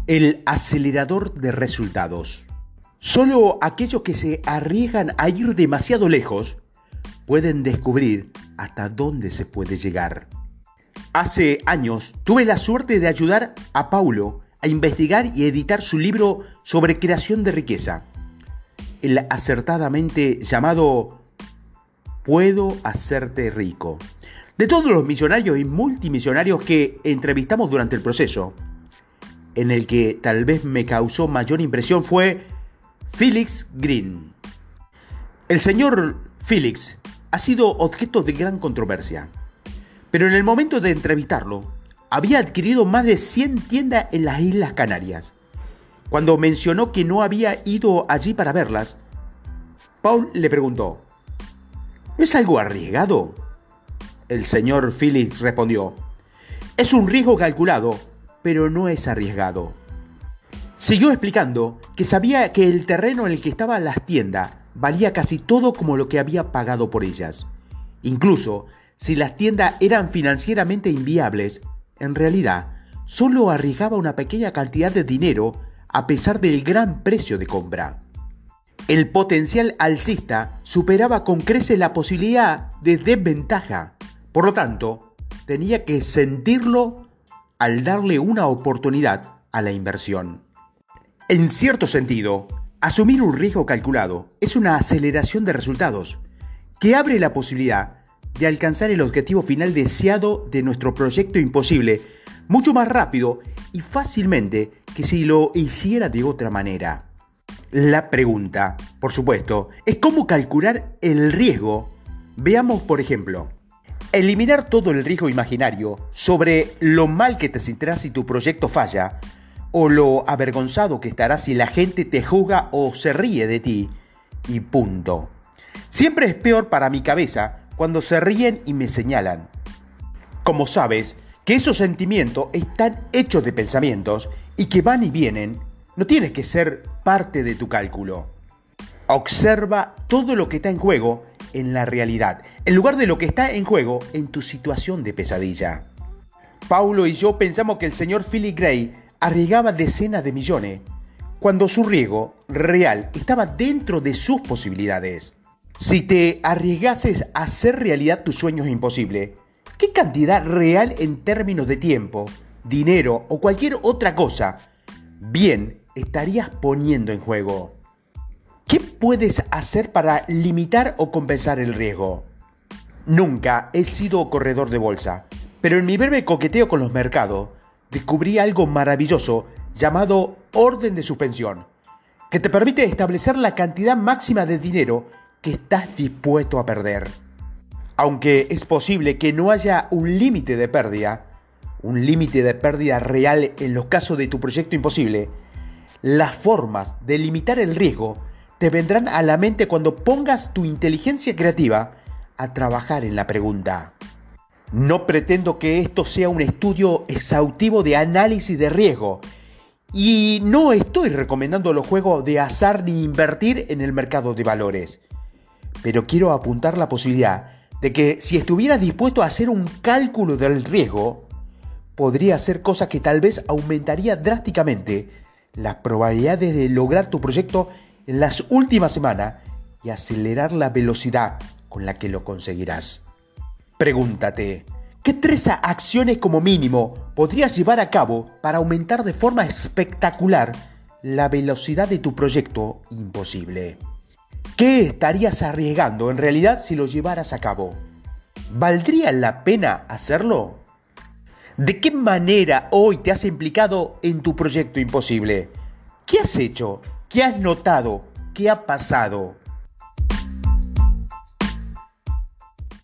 El acelerador de resultados. Solo aquellos que se arriesgan a ir demasiado lejos pueden descubrir hasta dónde se puede llegar. Hace años tuve la suerte de ayudar a Paulo a investigar y editar su libro sobre creación de riqueza, el acertadamente llamado Puedo hacerte rico. De todos los millonarios y multimillonarios que entrevistamos durante el proceso, en el que tal vez me causó mayor impresión fue Felix Green. El señor Felix ha sido objeto de gran controversia, pero en el momento de entrevistarlo, había adquirido más de 100 tiendas en las Islas Canarias. Cuando mencionó que no había ido allí para verlas, Paul le preguntó: ¿no es algo arriesgado? El señor Felix respondió: es un riesgo calculado, pero no es arriesgado. Siguió explicando que sabía que el terreno en el que estaban las tiendas valía casi todo como lo que había pagado por ellas. Incluso si las tiendas eran financieramente inviables, en realidad solo arriesgaba una pequeña cantidad de dinero a pesar del gran precio de compra. El potencial alcista superaba con creces la posibilidad de desventaja. Por lo tanto, tenía que sentirlo al darle una oportunidad a la inversión. En cierto sentido, asumir un riesgo calculado es una aceleración de resultados que abre la posibilidad de alcanzar el objetivo final deseado de nuestro proyecto imposible mucho más rápido y fácilmente que si lo hiciera de otra manera. La pregunta, por supuesto, es cómo calcular el riesgo. Veamos, por ejemplo, eliminar todo el riesgo imaginario sobre lo mal que te sentirás si tu proyecto falla, o lo avergonzado que estarás si la gente te juzga o se ríe de ti, y punto. Siempre es peor para mi cabeza cuando se ríen y me señalan. Como sabes que esos sentimientos están hechos de pensamientos y que van y vienen, no tienes que ser parte de tu cálculo. Observa todo lo que está en juego en la realidad, en lugar de lo que está en juego en tu situación de pesadilla. Paulo y yo pensamos que el señor Philip Gray arriesgaba decenas de millones, cuando su riesgo real estaba dentro de sus posibilidades. Si te arriesgases a hacer realidad tus sueños imposibles, ¿qué cantidad real en términos de tiempo, dinero o cualquier otra cosa bien estarías poniendo en juego? ¿Qué puedes hacer para limitar o compensar el riesgo? Nunca he sido corredor de bolsa, pero en mi breve coqueteo con los mercados, descubrí algo maravilloso llamado orden de suspensión, que te permite establecer la cantidad máxima de dinero que estás dispuesto a perder. Aunque es posible que no haya un límite de pérdida real en los casos de tu proyecto imposible, las formas de limitar el riesgo te vendrán a la mente cuando pongas tu inteligencia creativa a trabajar en la pregunta. No pretendo que esto sea un estudio exhaustivo de análisis de riesgo y no estoy recomendando los juegos de azar ni invertir en el mercado de valores. Pero quiero apuntar la posibilidad de que si estuvieras dispuesto a hacer un cálculo del riesgo, podría hacer cosas que tal vez aumentaría drásticamente las probabilidades de lograr tu proyecto en las últimas semanas y acelerar la velocidad con la que lo conseguirás. Pregúntate, ¿qué 3 acciones como mínimo podrías llevar a cabo para aumentar de forma espectacular la velocidad de tu proyecto imposible? ¿Qué estarías arriesgando en realidad si lo llevaras a cabo? ¿Valdría la pena hacerlo? ¿De qué manera hoy te has implicado en tu proyecto imposible? ¿Qué has hecho? ¿Qué has notado? ¿Qué ha pasado?